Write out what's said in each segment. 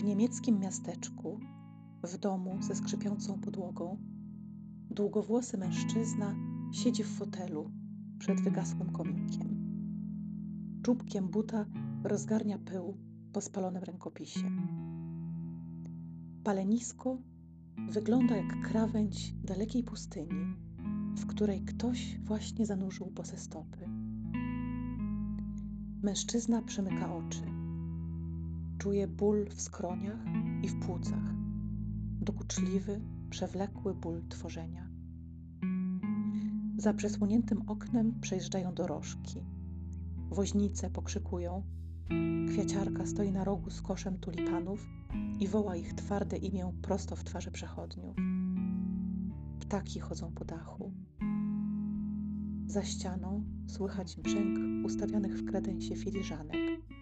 W niemieckim miasteczku, w domu ze skrzypiącą podłogą, długowłosy mężczyzna siedzi w fotelu przed wygasłym kominkiem. Czubkiem buta rozgarnia pył po spalonym rękopisie. Palenisko wygląda jak krawędź dalekiej pustyni, w której ktoś właśnie zanurzył bose stopy. Mężczyzna przymyka oczy. Czuje ból w skroniach i w płucach. Dokuczliwy, przewlekły ból tworzenia. Za przesłoniętym oknem przejeżdżają dorożki. Woźnice pokrzykują. Kwiaciarka stoi na rogu z koszem tulipanów i woła ich twarde imię prosto w twarze przechodniów. Ptaki chodzą po dachu. Za ścianą słychać brzęk ustawianych w kredensie filiżanek.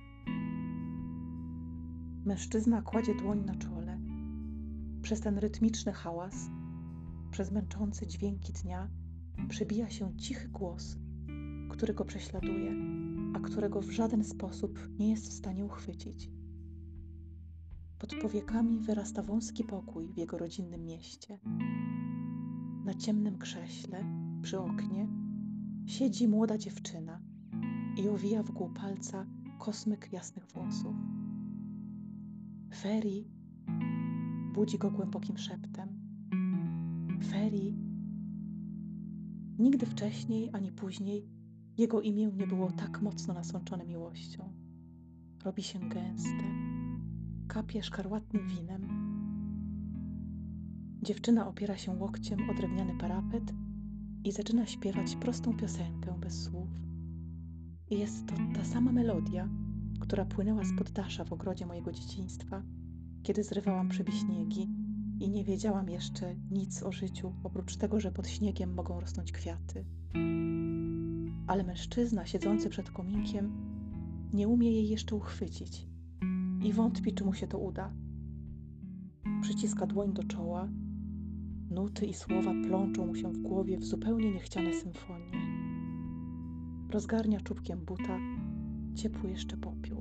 Mężczyzna kładzie dłoń na czole. Przez ten rytmiczny hałas, przez męczące dźwięki dnia przebija się cichy głos, który go prześladuje, a którego w żaden sposób nie jest w stanie uchwycić. Pod powiekami wyrasta wąski pokój w jego rodzinnym mieście. Na ciemnym krześle, przy oknie, siedzi młoda dziewczyna i owija wokół palca kosmyk jasnych włosów. Feri budzi go głębokim szeptem. Feri. Nigdy wcześniej ani później jego imię nie było tak mocno nasączone miłością. Robi się gęste, kapie szkarłatnym winem. Dziewczyna opiera się łokciem o drewniany parapet i zaczyna śpiewać prostą piosenkę bez słów. I jest to ta sama melodia, która płynęła z poddasza w ogrodzie mojego dzieciństwa, kiedy zrywałam przebiśniegi i nie wiedziałam jeszcze nic o życiu, oprócz tego, że pod śniegiem mogą rosnąć kwiaty. Ale mężczyzna siedzący przed kominkiem nie umie jej jeszcze uchwycić i wątpi, czy mu się to uda. Przyciska dłoń do czoła, nuty i słowa plączą mu się w głowie w zupełnie niechciane symfonie. Rozgarnia czubkiem buta ciepły jeszcze popiół.